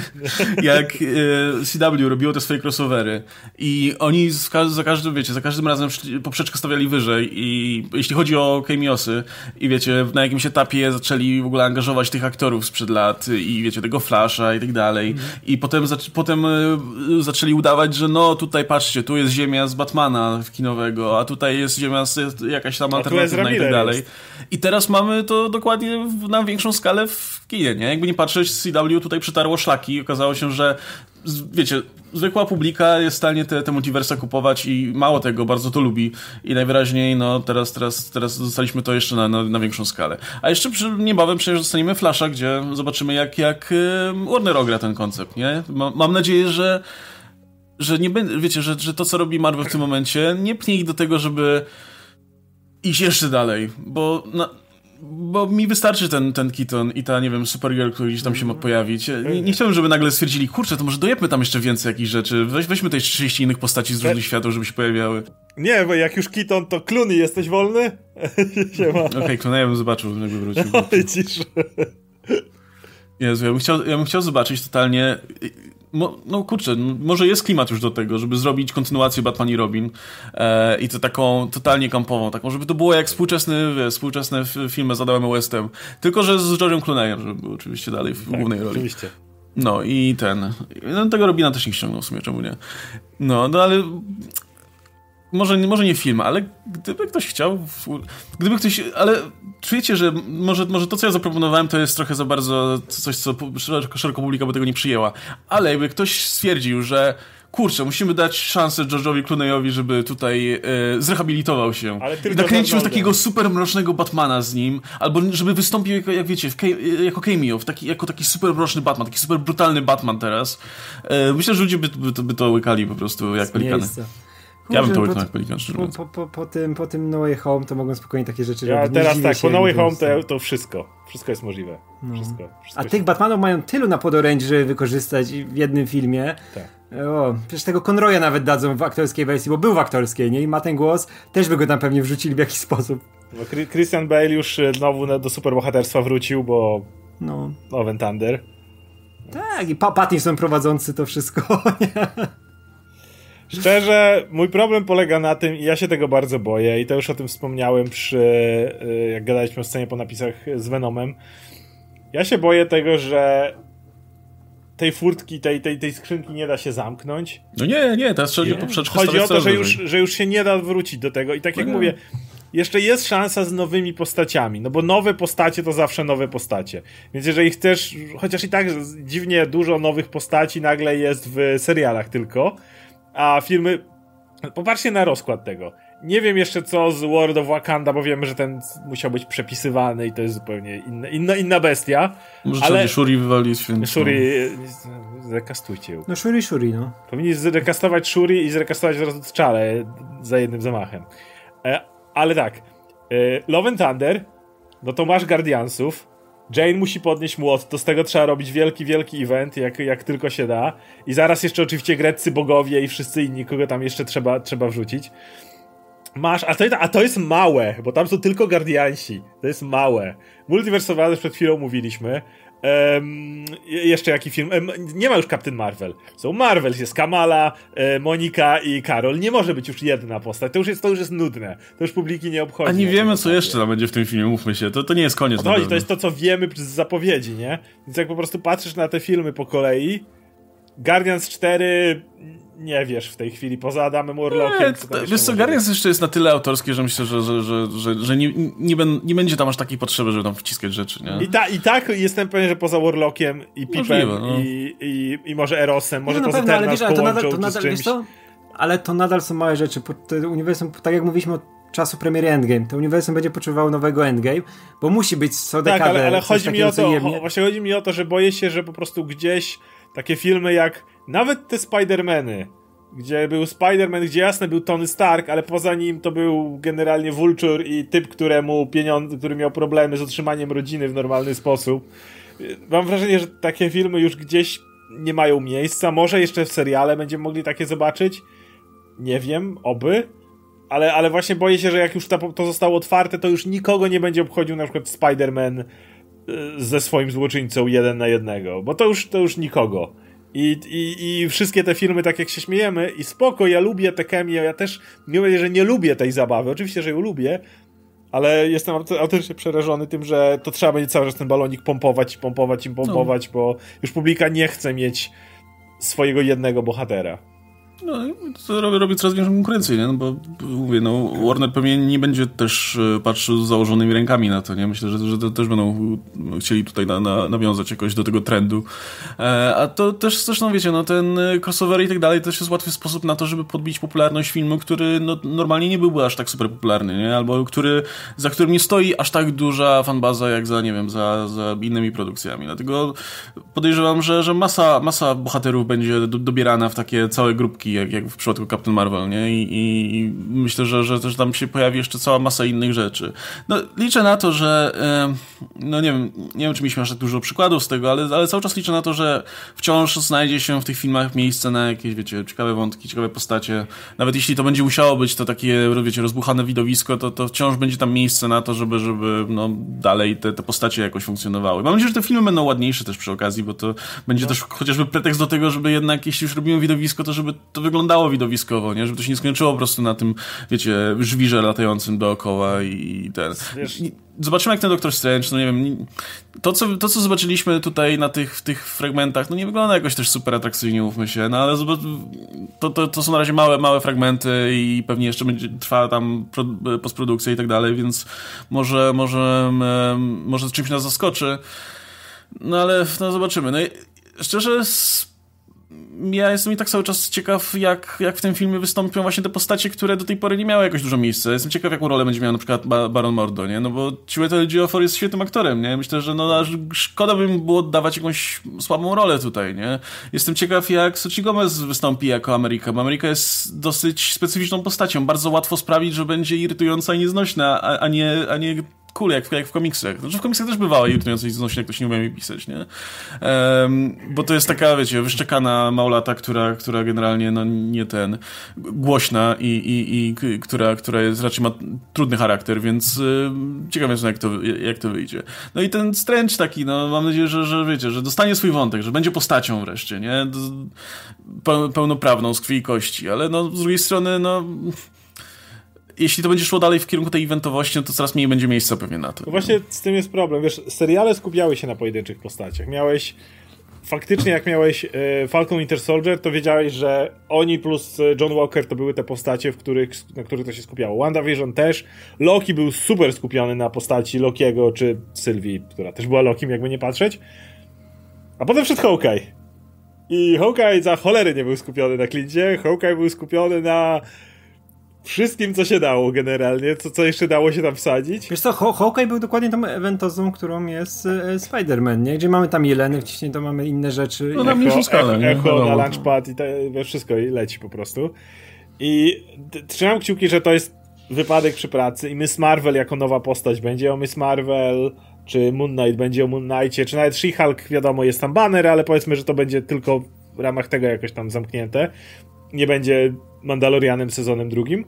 CW robiło te swoje crossovery i oni za każdym razem poprzeczkę stawiali wyżej i jeśli chodzi o cameosy i wiecie, na jakimś etapie zaczęli w ogóle angażować tych aktorów sprzed lat i wiecie, tego Flasha i tak dalej i potem zaczęli udawać, że no tutaj patrzcie, tu jest ziemia z Batmana kinowego, a tutaj jest ziemia jakaś tam alternatywna i tak dalej. I teraz mamy to dokładnie na większą skalę skale w kinie, nie? Jakby nie patrzeć, CW tutaj przytarło szlaki. Okazało się, że wiecie, zwykła publika jest w stanie te multiversa kupować i mało tego, bardzo to lubi. I najwyraźniej, no teraz dostaliśmy to jeszcze na większą skalę. A jeszcze niebawem przecież dostaniemy Flasha, gdzie zobaczymy jak Warner ogra ten koncept, nie? Mam nadzieję, że nie będzie, wiecie, że to, co robi Marvel w tym momencie, nie pnie ich do tego, żeby iść jeszcze dalej, bo mi wystarczy ten Keaton i ta, nie wiem, Supergirl, który gdzieś tam się ma pojawić. Nie chciałbym, żeby nagle stwierdzili, kurczę, to może dojepmy tam jeszcze więcej jakichś rzeczy. Weźmy tej 30 innych postaci z różnych światów, żeby się pojawiały. Nie, bo jak już Keaton, to Clooney, jesteś wolny? Okej, Clooney ja bym zobaczył, jakby wrócił. No, widzisz. Jezu, ja bym chciał zobaczyć totalnie... No kurczę, może jest klimat już do tego, żeby zrobić kontynuację Batman i Robin i to taką totalnie kampową, taką, żeby to było jak współczesne filmy z Adamem Westem, tylko że z George'em Clooneyem, żeby był oczywiście dalej w głównej roli. Oczywiście. No i tego Robina też nie ściągnął w sumie, czemu nie? No ale może nie film, ale gdyby ktoś chciał, ale czujecie, że może to, co ja zaproponowałem, to jest trochę za bardzo coś, co szeroko publika by tego nie przyjęła, ale jakby ktoś stwierdził, że kurczę, musimy dać szansę George'owi Clooneyowi, żeby tutaj zrehabilitował się i nakręcił takiego super mrocznego Batmana z nim, albo żeby wystąpił jak wiecie, jako cameo, jako taki super mroczny Batman, taki super brutalny Batman teraz. Myślę, że ludzie by to łykali po prostu jak pelikany. Kurczę, ja bym to łyknął jak pelikan, po tym No Way Home to mogą spokojnie takie rzeczy robić. Teraz tak, po No Way Home to wszystko jest możliwe. No. Wszystko a tych Batmanów mają tylu na podorędzi, żeby wykorzystać w jednym filmie. Tak. Przecież tego Conroya nawet dadzą w aktorskiej wersji, bo był w aktorskiej, nie? I ma ten głos, też by go tam pewnie wrzucili w jakiś sposób. No, Christian Bale już znowu do superbohaterstwa wrócił, bo Love and Thunder. Tak, i Pattinson prowadzący to wszystko, nie? Szczerze, mój problem polega na tym, i ja się tego bardzo boję, i to już o tym wspomniałem jak gadaliśmy o scenie po napisach z Venomem. Ja się boję tego, że tej furtki, tej skrzynki nie da się zamknąć. No nie, teraz trzeba poprzeczkę. Chodzi o to, że już się nie da wrócić do tego. I tak jak mówię, jeszcze jest szansa z nowymi postaciami, no bo nowe postacie to zawsze nowe postacie. Więc jeżeli chcesz, chociaż i tak dziwnie dużo nowych postaci nagle jest w serialach tylko, a filmy... Popatrzcie na rozkład tego. Nie wiem jeszcze co z World of Wakanda, bo wiemy, że ten musiał być przepisywany i to jest zupełnie inna bestia. Może trzeba Shuri wywalić, więc... Shuri... Zrekastujcie ją. No Shuri, no. Powinni zrekastować Shuri i zrekastować zaraz T'Challę za jednym zamachem. Ale tak. Love and Thunder, no to masz Guardiansów. Jane musi podnieść młot, to z tego trzeba robić wielki event, jak tylko się da. I zaraz jeszcze oczywiście greccy bogowie i wszyscy inni, kogo tam jeszcze trzeba wrzucić. Masz, a to jest małe, bo tam są tylko Guardiansi. To jest małe. Multiverse of Madness przed chwilą mówiliśmy. Jeszcze jaki film? Nie ma już Captain Marvel. Są Marvels, jest Kamala, Monika i Carol. Nie może być już jedna postać. To już jest nudne. To już publiki nie obchodzi. A nie wiemy, co jeszcze tam będzie w tym filmie, mówmy się. To nie jest koniec. To jest to, co wiemy z zapowiedzi, nie? Więc jak po prostu patrzysz na te filmy po kolei, Guardians 4 nie wiesz w tej chwili, poza Adamem Warlockiem. Wiesz co, Guardians jeszcze jest na tyle autorskie, że myślę, że nie będzie tam aż takiej potrzeby, żeby tam wciskać rzeczy, nie? I tak jestem pewien, że poza Warlockiem i Pipem i może Erosem, może to z Eternals połączą to nadal, z czymś. Ale to nadal są małe rzeczy. To uniwersum, tak jak mówiliśmy od czasu premiery Endgame, to uniwersum będzie potrzebowało nowego Endgame, bo musi być co dekadę. Tak, ale chodzi mi o to, że boję się, że po prostu gdzieś takie filmy jak nawet te Spider-Many, gdzie był Spider-Man, gdzie jasne był Tony Stark, ale poza nim to był generalnie Vulture i typ, który miał problemy z utrzymaniem rodziny w normalny sposób. Mam wrażenie, że takie filmy już gdzieś nie mają miejsca. Może jeszcze w seriale będziemy mogli takie zobaczyć. Nie wiem, oby. Ale właśnie boję się, że jak już to zostało otwarte, to już nikogo nie będzie obchodził na przykład Spider-Man ze swoim złoczyńcą 1 na 1, bo to już nikogo. I wszystkie te filmy, tak jak się śmiejemy, i spoko, ja lubię te cameo, ja też nie mówię, że nie lubię tej zabawy, oczywiście, że ją lubię, ale jestem autentycznie przerażony tym, że to trzeba będzie cały czas ten balonik pompować, bo już publika nie chce mieć swojego jednego bohatera. No, to robi coraz większą konkurencję, nie? No bo mówię, no Warner pewnie nie będzie też patrzył z założonymi rękami na to, nie? Myślę, że to też będą chcieli tutaj nawiązać jakoś do tego trendu. A to też no wiecie, no ten crossover i tak dalej to też jest łatwy sposób na to, żeby podbić popularność filmu, który no, normalnie nie byłby aż tak super popularny, nie? Albo za którym nie stoi aż tak duża fanbaza jak za, nie wiem, za innymi produkcjami. Dlatego podejrzewam, że masa bohaterów będzie dobierana w takie całe grupki, jak w przypadku Captain Marvel, nie? I myślę, że też tam się pojawi jeszcze cała masa innych rzeczy. No, liczę na to, że no nie wiem, czy mieliśmy aż tak dużo przykładów z tego, ale cały czas liczę na to, że wciąż znajdzie się w tych filmach miejsce na jakieś, wiecie, ciekawe wątki, ciekawe postacie. Nawet jeśli to będzie musiało być to takie, wiecie, rozbuchane widowisko, to wciąż będzie tam miejsce na to, żeby no, dalej te postacie jakoś funkcjonowały. Mam nadzieję, że te filmy będą ładniejsze też przy okazji, bo to będzie też chociażby pretekst do tego, żeby jednak, jeśli już robimy widowisko, to żeby to wyglądało widowiskowo, nie? Żeby to się nie skończyło po prostu na tym, wiecie, żwirze latającym dookoła i ten... Zobaczymy, jak ten Doctor Strange, no nie wiem, to co zobaczyliśmy tutaj w tych fragmentach, no nie wygląda jakoś też super atrakcyjnie, mówmy się, no ale to są na razie małe fragmenty i pewnie jeszcze trwa tam postprodukcja i tak dalej, więc może czymś nas zaskoczy, no ale no zobaczymy. No i szczerze ja jestem i tak cały czas ciekaw, jak w tym filmie wystąpią właśnie te postacie, które do tej pory nie miały jakoś dużo miejsca. Jestem ciekaw, jaką rolę będzie miał na przykład Baron Mordo, nie? No bo Chiwetel Ejiofor jest świetnym aktorem, nie? Myślę, że no aż szkoda by mu było oddawać jakąś słabą rolę tutaj, nie? Jestem ciekaw, jak Xochitl Gomez wystąpi jako Ameryka, bo Ameryka jest dosyć specyficzną postacią. Bardzo łatwo sprawić, że będzie irytująca i nieznośna, a nie cool, jak w komiksach. Znaczy w komiksach też bywało irytujące i znośnie, jak ktoś nie umie pisać, nie? Bo to jest taka, wiecie, wyszczekana małolata, która generalnie, no nie głośna i która jest raczej ma trudny charakter, więc ciekaw jestem, jak to wyjdzie. No i ten Strange taki, no mam nadzieję, że wiecie, że dostanie swój wątek, że będzie postacią wreszcie, nie? Pełnoprawną, z krwi i kości, ale no z drugiej strony, no jeśli to będzie szło dalej w kierunku tej eventowości, no to coraz mniej będzie miejsca pewnie na to. No właśnie z tym jest problem. Wiesz, seriale skupiały się na pojedynczych postaciach. Faktycznie jak miałeś Falcon Winter Soldier, to wiedziałeś, że oni plus John Walker to były te postacie, na których to się skupiało. WandaVision też. Loki był super skupiony na postaci Lokiego czy Sylwii, która też była Lokim, jakby nie patrzeć. A potem wszedł Hawkeye. I Hawkeye za cholery nie był skupiony na Clincie. Hawkeye był skupiony na wszystkim, co się dało generalnie, co jeszcze dało się tam wsadzić. Wiesz co, Hawkeye był dokładnie tą eventozą, którą jest Spider-Man, nie? Gdzie mamy tam jeleny, wcześniej to mamy inne rzeczy. No na mniejszą skalę. Echo na Launchpad i wszystko i leci po prostu. I trzymam kciuki, że to jest wypadek przy pracy i Miss Marvel jako nowa postać będzie o Miss Marvel, czy Moon Knight będzie o Moon Knightie, czy nawet She-Hulk, wiadomo, jest tam banner, ale powiedzmy, że to będzie tylko w ramach tego jakoś tam zamknięte. Nie będzie Mandalorianem sezonem drugim,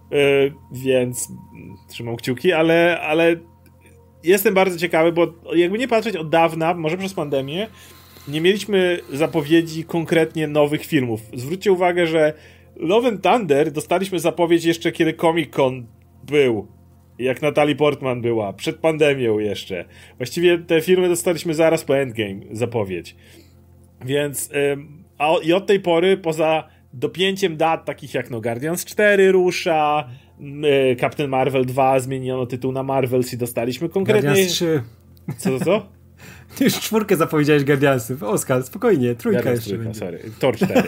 więc trzymam kciuki, ale jestem bardzo ciekawy, bo jakby nie patrzeć od dawna, może przez pandemię, nie mieliśmy zapowiedzi konkretnie nowych filmów. Zwróćcie uwagę, że Love and Thunder dostaliśmy zapowiedź jeszcze kiedy Comic-Con był, jak Natalie Portman była, przed pandemią jeszcze. Właściwie te filmy dostaliśmy zaraz po Endgame zapowiedź. Więc i od tej pory, poza dopięciem dat takich jak Guardians 4 rusza, Captain Marvel 2 zmieniono tytuł na Marvels i dostaliśmy konkretnie... Guardians 3. Co? Ty już 4 zapowiedziałeś Guardiansów. Oskar, spokojnie, 3 jeszcze będzie. Sorry. Thor 4.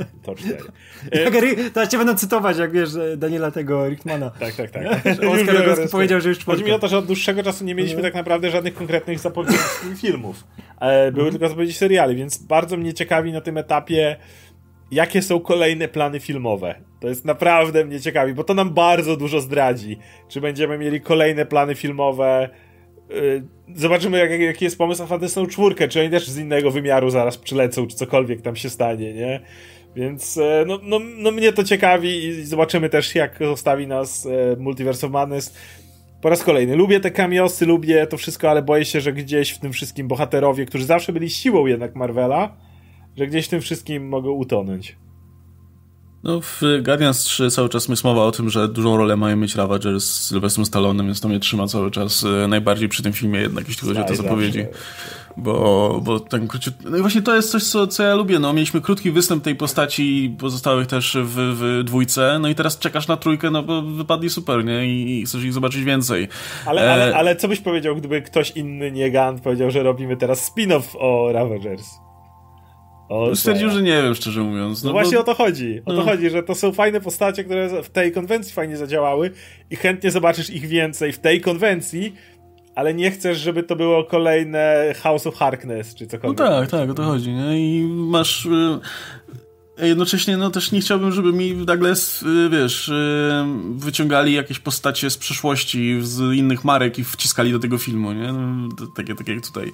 To ja cię będę cytować, jak wiesz, Daniela tego Richtmana. Tak. Oskar powiedział, że już 4. Chodzi mi o to, że od dłuższego czasu nie mieliśmy tak naprawdę żadnych konkretnych zapowiedzi filmów. Były tylko zapowiedzi seriali, więc bardzo mnie ciekawi na tym etapie, jakie są kolejne plany filmowe. To jest naprawdę mnie ciekawi, bo to nam bardzo dużo zdradzi. Czy będziemy mieli kolejne plany filmowe? Zobaczymy, jaki jest pomysł na Fantastyczną Czwórkę. Czy oni też z innego wymiaru zaraz przylecą, czy cokolwiek tam się stanie, nie? Więc no mnie to ciekawi i zobaczymy też, jak zostawi nas Multiverse of Madness. Po raz kolejny. Lubię te cameosy, lubię to wszystko, ale boję się, że gdzieś w tym wszystkim bohaterowie, którzy zawsze byli siłą jednak Marvela, że gdzieś w tym wszystkim mogą utonąć. No w Guardians 3 cały czas jest mowa o tym, że dużą rolę mają mieć Ravagers z Sylwestrem Stallonem, więc to mnie trzyma cały czas najbardziej przy tym filmie jednak, jeśli chodzi o te zapowiedzi. Bo tak króciutko... No i właśnie to jest coś, co ja lubię. No, mieliśmy krótki występ tej postaci pozostałych też w dwójce, no i teraz czekasz na trójkę, no bo wypadli super, nie? I chcesz ich zobaczyć więcej. Ale co byś powiedział, gdyby ktoś inny, nie Gunn, powiedział, że robimy teraz spin-off o Ravagers? Stwierdził, że nie wiem, szczerze mówiąc. No właśnie o to chodzi. O to chodzi, że to są fajne postacie, które w tej konwencji fajnie zadziałały i chętnie zobaczysz ich więcej w tej konwencji, ale nie chcesz, żeby to było kolejne House of Harkness, czy cokolwiek. No tak, o to chodzi, nie? I masz... Jednocześnie, no też nie chciałbym, żeby mi nagle, wiesz, wyciągali jakieś postacie z przeszłości, z innych marek i wciskali do tego filmu, nie? No, takie jak tutaj.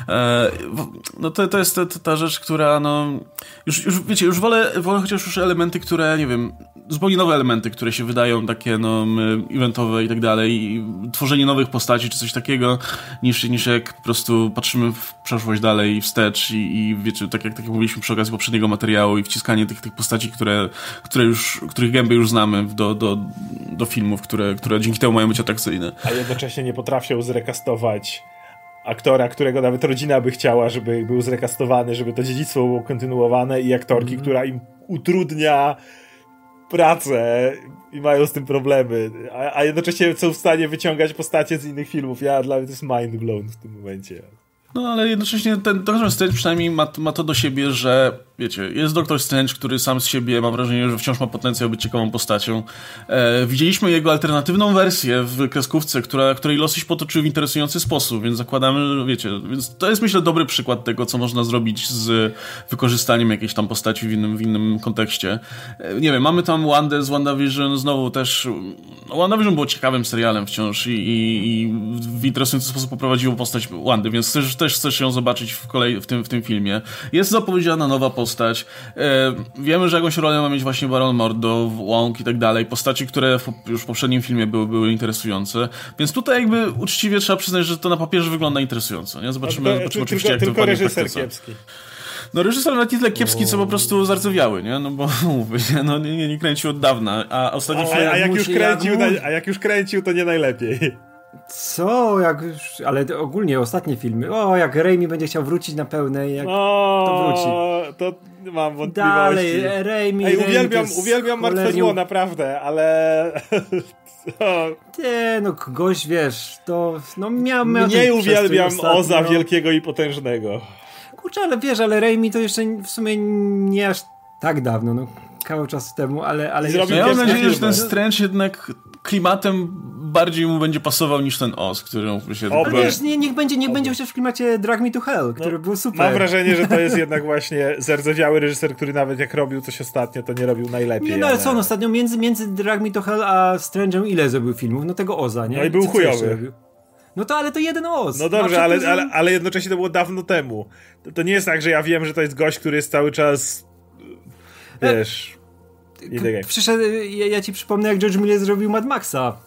No to jest ta rzecz, która, no... Już wiecie, już wolę chociaż już elementy, które, nie wiem, zupełnie nowe elementy, które się wydają takie, no, eventowe i tak dalej, i tworzenie nowych postaci czy coś takiego, niż jak po prostu patrzymy w przeszłość dalej i wstecz i wiecie, tak jak mówiliśmy przy okazji poprzedniego materiału i wciskanie tych postaci, których gęby już znamy do filmów, które dzięki temu mają być atrakcyjne. A jednocześnie nie potrafią zrekastować aktora, którego nawet rodzina by chciała, żeby był zrekastowany, żeby to dziedzictwo było kontynuowane, i aktorki, która im utrudnia pracę i mają z tym problemy, a jednocześnie są w stanie wyciągać postacie z innych filmów. Dla mnie to jest mind blown w tym momencie. No ale jednocześnie ten Doctor Strange przynajmniej ma to do siebie, że wiecie, jest Doctor Strange, który sam z siebie, mam wrażenie, że wciąż ma potencjał być ciekawą postacią. Widzieliśmy jego alternatywną wersję w kreskówce, której losy się potoczyły w interesujący sposób, więc zakładamy, wiecie, więc to jest, myślę, dobry przykład tego, co można zrobić z wykorzystaniem jakiejś tam postaci w innym kontekście. Nie wiem, mamy tam Wandę z WandaVision, znowu też WandaVision było ciekawym serialem wciąż i w interesujący sposób poprowadziło postać Wandy, więc też chcesz ją zobaczyć w tym filmie. Jest zapowiedziana nowa postać. Wiemy, że jakąś rolę ma mieć właśnie Baron Mordo, Wong i tak dalej. Postaci, które już w poprzednim filmie były interesujące. Więc tutaj jakby uczciwie trzeba przyznać, że to na papierze wygląda interesująco. Nie? Zobaczymy oczywiście, jak to wypadnie w praktyce. Reżyser kiepski. No reżyser nawet nie tyle kiepski, co po prostu zardzewiały, nie? No bo mówię, no nie kręcił od dawna, a ostatnio... jak już kręcił, to nie najlepiej. Co? Ale ogólnie ostatnie filmy. Jak Raimi będzie chciał wrócić na pełne, to wróci. To mam wątpliwości. Dalej, Raimi. Uwielbiam Martwe Zło, naprawdę, ale... gość, wiesz, to... Mniej uwielbiam Oza Wielkiego i Potężnego. Kurczę, ale Raimi to jeszcze w sumie nie aż tak dawno, kawał czasu temu, ale ja mam nadzieję, że ten Strange jednak klimatem bardziej mu będzie pasował niż ten Oz, który się... Ale wiesz, niech będzie chociaż w klimacie Drag Me to Hell, który był super. Mam wrażenie, że to jest jednak właśnie zardzewiały reżyser, który nawet jak robił coś ostatnio, to nie robił najlepiej. Ale co on ostatnio między Drag Me to Hell a Strange'em ile zrobił filmów? No tego Oza, nie? No i był chujowy. No to ale to jeden Oz. No dobrze, ale jednocześnie to było dawno temu. To nie jest tak, że ja wiem, że to jest gość, który jest cały czas... Wiesz... Przyszedł, ja ci przypomnę, jak George Miller zrobił Mad Maxa.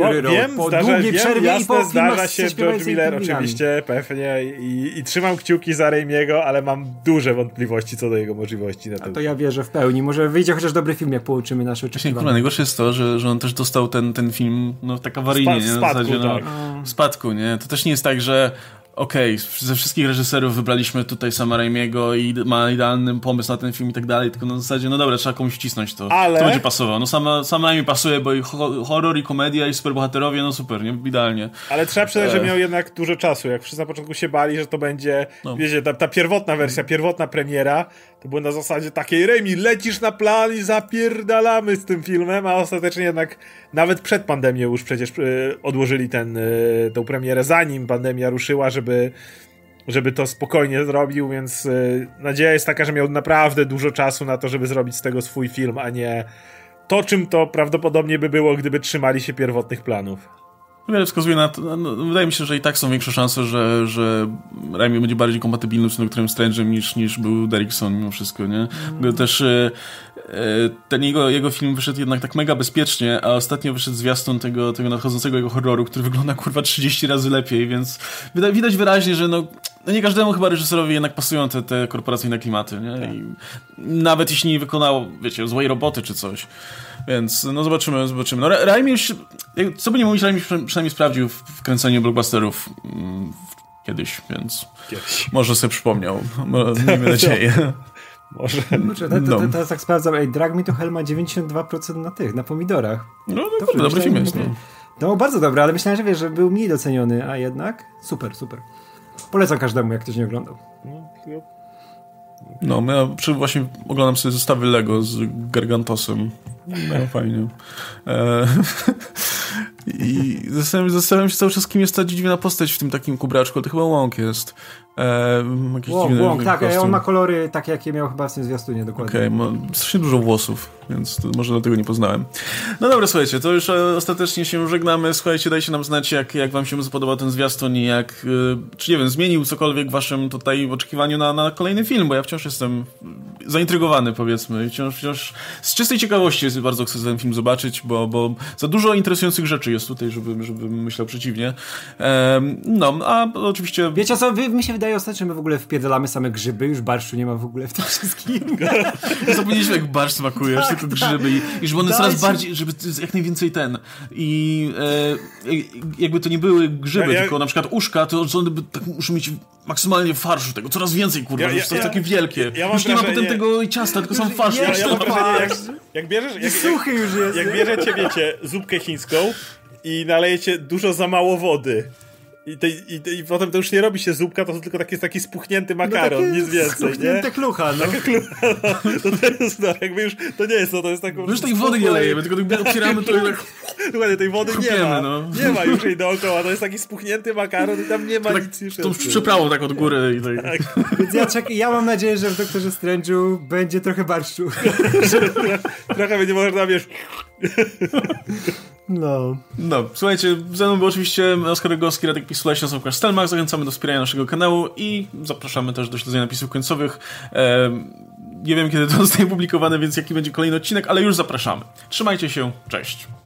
Zdarza się George Miller, oczywiście, pewnie, i trzymam kciuki za Raimiego, ale mam duże wątpliwości co do jego możliwości. A to ja wierzę w pełni. Może wyjdzie chociaż dobry film, jak połączymy nasze oczekiwania. Najgorsze jest to, że on też dostał ten film tak awaryjnie. W spadku, nie? To też nie jest tak, że ze wszystkich reżyserów wybraliśmy tutaj Sama Raimiego i ma idealny pomysł na ten film i tak dalej, tylko na zasadzie, dobra, trzeba komuś wcisnąć to. To będzie pasował. Sam Raimi pasuje, bo i horror, i komedia, i superbohaterowie, no super, nie? Idealnie. Ale trzeba przyznać, że miał jednak dużo czasu. Jak wszyscy na początku się bali, że to będzie, wiecie, ta pierwotna wersja, pierwotna premiera, to było na zasadzie takiej: Raimi, lecisz na plan i zapierdalamy z tym filmem, a ostatecznie jednak nawet przed pandemią już przecież odłożyli tą premierę, zanim pandemia ruszyła, żeby to spokojnie zrobił, więc nadzieja jest taka, że miał naprawdę dużo czasu na to, żeby zrobić z tego swój film, a nie to, czym to prawdopodobnie by było, gdyby trzymali się pierwotnych planów. Wiele wskazuje na to, wydaje mi się, że i tak są większe szanse, że Raimi będzie bardziej kompatybilny z Doktorem Strange'em niż był Derrickson mimo wszystko, nie? Też ten jego film wyszedł jednak tak mega bezpiecznie, a ostatnio wyszedł zwiastun tego nadchodzącego jego horroru, który wygląda 30 razy lepiej, więc widać wyraźnie, że no nie każdemu chyba reżyserowi jednak pasują te korporacyjne klimaty, nie? Tak. I nawet jeśli nie wykonał, wiecie, złej roboty czy coś. Więc no zobaczymy. No Raimi już, co by nie mówić, Raimi przynajmniej sprawdził w kręceniu blockbusterów kiedyś, więc może sobie przypomniał. Miejmy nadzieję. Może. Teraz tak sprawdzam, Drag Me to Hell ma 92% na pomidorach. No dobry film jest. No bardzo dobry, ale myślałem, że wiesz, że był mniej doceniony, a jednak super. Polecam każdemu, jak ktoś nie oglądał. No, ja właśnie oglądam sobie zestawy Lego z Gargantosem. No, fajnie. I zastanawiam się cały czas, kim jest ta dziwna postać w tym takim kubraczku. To chyba Wong jest. Wong, tak, on ma kolory takie, jakie miał chyba w tym zwiastunie, dokładnie. Okej, ma strasznie dużo włosów, więc to może dlatego nie poznałem. No dobra, słuchajcie, to już ostatecznie się żegnamy. Słuchajcie, dajcie nam znać, jak wam się spodobał ten zwiastun i czy nie wiem, zmienił cokolwiek w waszym tutaj oczekiwaniu na kolejny film, bo ja wciąż jestem zaintrygowany, powiedzmy. Wciąż z czystej ciekawości bardzo chcę ten film zobaczyć, bo za dużo interesujących rzeczy jest tutaj, żebym myślał przeciwnie. No, a oczywiście... Wiecie co, mi się wydaje ostatnio, że my w ogóle wpierdolamy same grzyby, już barszczu nie ma w ogóle w tym wszystkim. Zapomnieliśmy, jak barszcz smakujesz, tylko grzyby i żeby one coraz bardziej, żeby jak najwięcej jakby to nie były grzyby, tylko na przykład uszka, to one muszą mieć maksymalnie farszu tego, coraz więcej, kurwa, to jest takie wielkie. Już nie ma potem tego ciasta, tylko sam farsz. Ja mam wrażenie, jak bierzesz... Suchy już jest. Jak bierzecie, wiecie, zupkę chińską i nalejecie dużo za mało wody. I potem to już nie robi się zupka, to tylko taki spuchnięty makaron, nic więcej, nie? Klucha, no. Taka klucha, no. To jest, no, jakby już, to nie jest, no, to jest taką... Już tej wody nie lejemy, tylko otwieramy to i tak... Dokładnie, tej wody nie ma, no. Nie ma już jej dookoła, to jest taki spuchnięty makaron i tam nie ma nic już. To przyprało tak od góry i tak. Więc ja mam nadzieję, że w Doktorze Strange'u będzie trochę barszczu. Trochę będzie można, wiesz... No, słuchajcie, ze mną był oczywiście Oskar Rogowski, Radek Pisula, Łukasz Stelmach. Zachęcamy do wspierania naszego kanału i zapraszamy też do śledzenia napisów końcowych. Nie wiem, kiedy to zostanie publikowane, więc jaki będzie kolejny odcinek, ale już zapraszamy. Trzymajcie się, cześć.